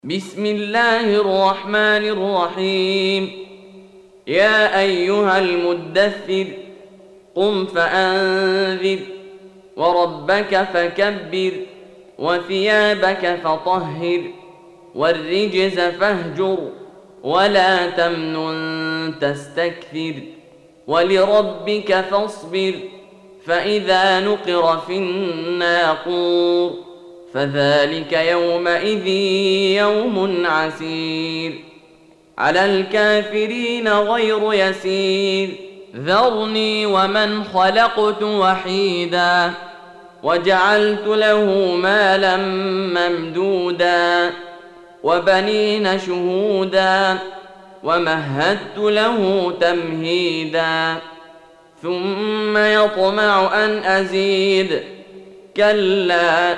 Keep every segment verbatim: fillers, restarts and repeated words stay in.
بسم الله الرحمن الرحيم. يا أيها المدثر قم فأنذر وربك فكبر وثيابك فطهر والرجز فاهجر ولا تمنن تستكثر ولربك فاصبر فإذا نقر في الناقور فذلك يومئذ يوم عسير على الكافرين غير يسير. ذرني ومن خلقت وحيدا وجعلت له مالا ممدودا وبنين شهودا ومهدت له تمهيدا ثم يطمع أن أزيد كلا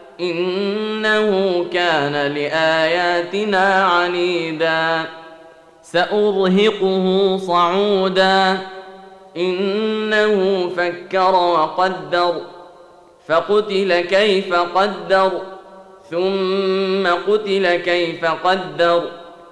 إنه كان لآياتنا عنيدا سأرهقه صعودا إنه فكر وقدر فقتل كيف قدر ثم قتل كيف قدر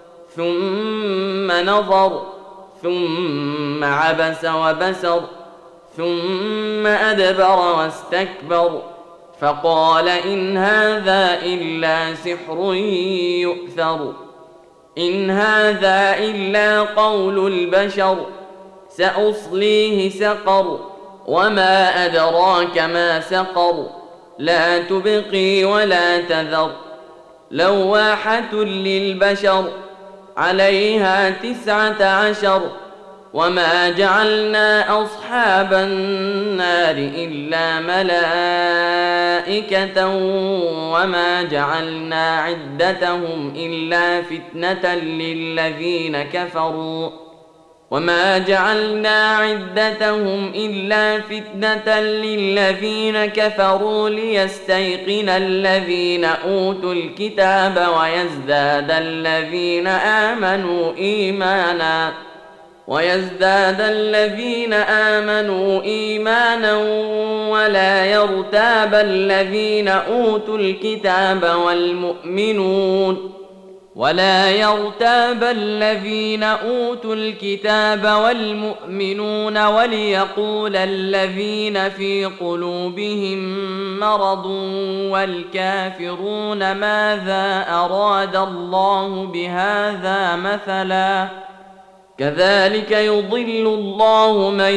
ثم نظر ثم عبس وبسر ثم أدبر واستكبر فقال إن هذا إلا سحر يؤثر إن هذا إلا قول البشر سأصليه سقر وما أدراك ما سقر لا تبقي ولا تذر لواحة للبشر عليها تسعة عشر وما جعلنا أصحاب النار إلا ملائكة وما جعلنا عدتهم إلا فتنة للذين كفروا وما جعلنا عدتهم إلا فتنة للذين كفروا ليستيقن الذين أوتوا الكتاب ويزداد الذين آمنوا إيمانا ويزداد الذين آمنوا إيمانا ولا يرتاب الذين أوتوا الكتاب والمؤمنون ولا يرتاب الذين أوتوا الكتاب والمؤمنون وليقول الذين في قلوبهم مرض والكافرون ماذا أراد الله بهذا مثلا كذلك يضل الله من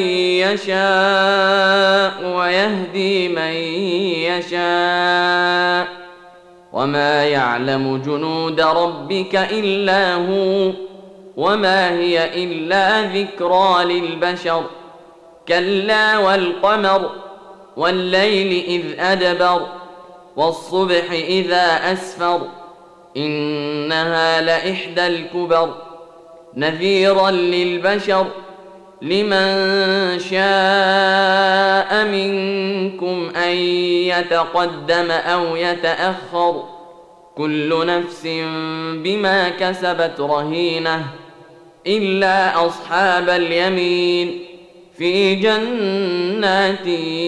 يشاء ويهدي من يشاء وما يعلم جنود ربك إلا هو وما هي إلا ذكرى للبشر كلا والقمر والليل إذ أدبر والصبح إذا أسفر إنها لإحدى الكبر نذيرا للبشر لمن شاء منكم أن يتقدم أو يتأخر كل نفس بما كسبت رهينة إلا أصحاب اليمين في جنات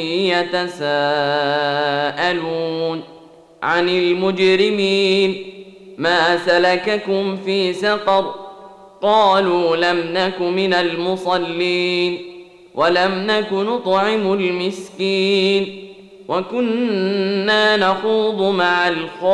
يتساءلون عن المجرمين ما سلككم في سقر قالوا لم نك من المصلين ولم نك نطعم المسكين وكنا نخوض مع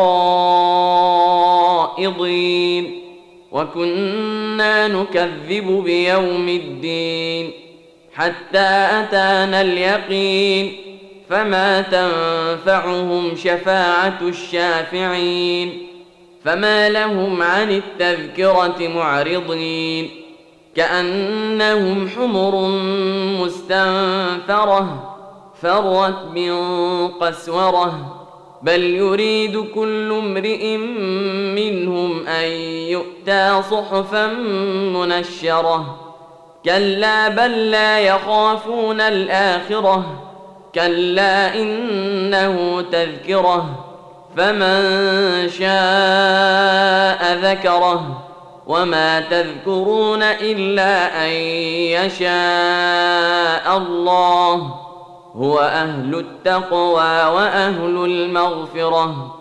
الخائضين وكنا نكذب بيوم الدين حتى أتانا اليقين فما تنفعهم شفاعة الشافعين فما لهم عن التذكرة معرضين كأنهم حمر مستنفرة فرت من قسورة بل يريد كل امرئ منهم أن يؤتى صحفا منشرة كلا بل لا يخافون الآخرة كلا إنه تذكرة فمن شاء ذكره وما تذكرون إلا أن يشاء الله هو أهل التقوى وأهل المغفرة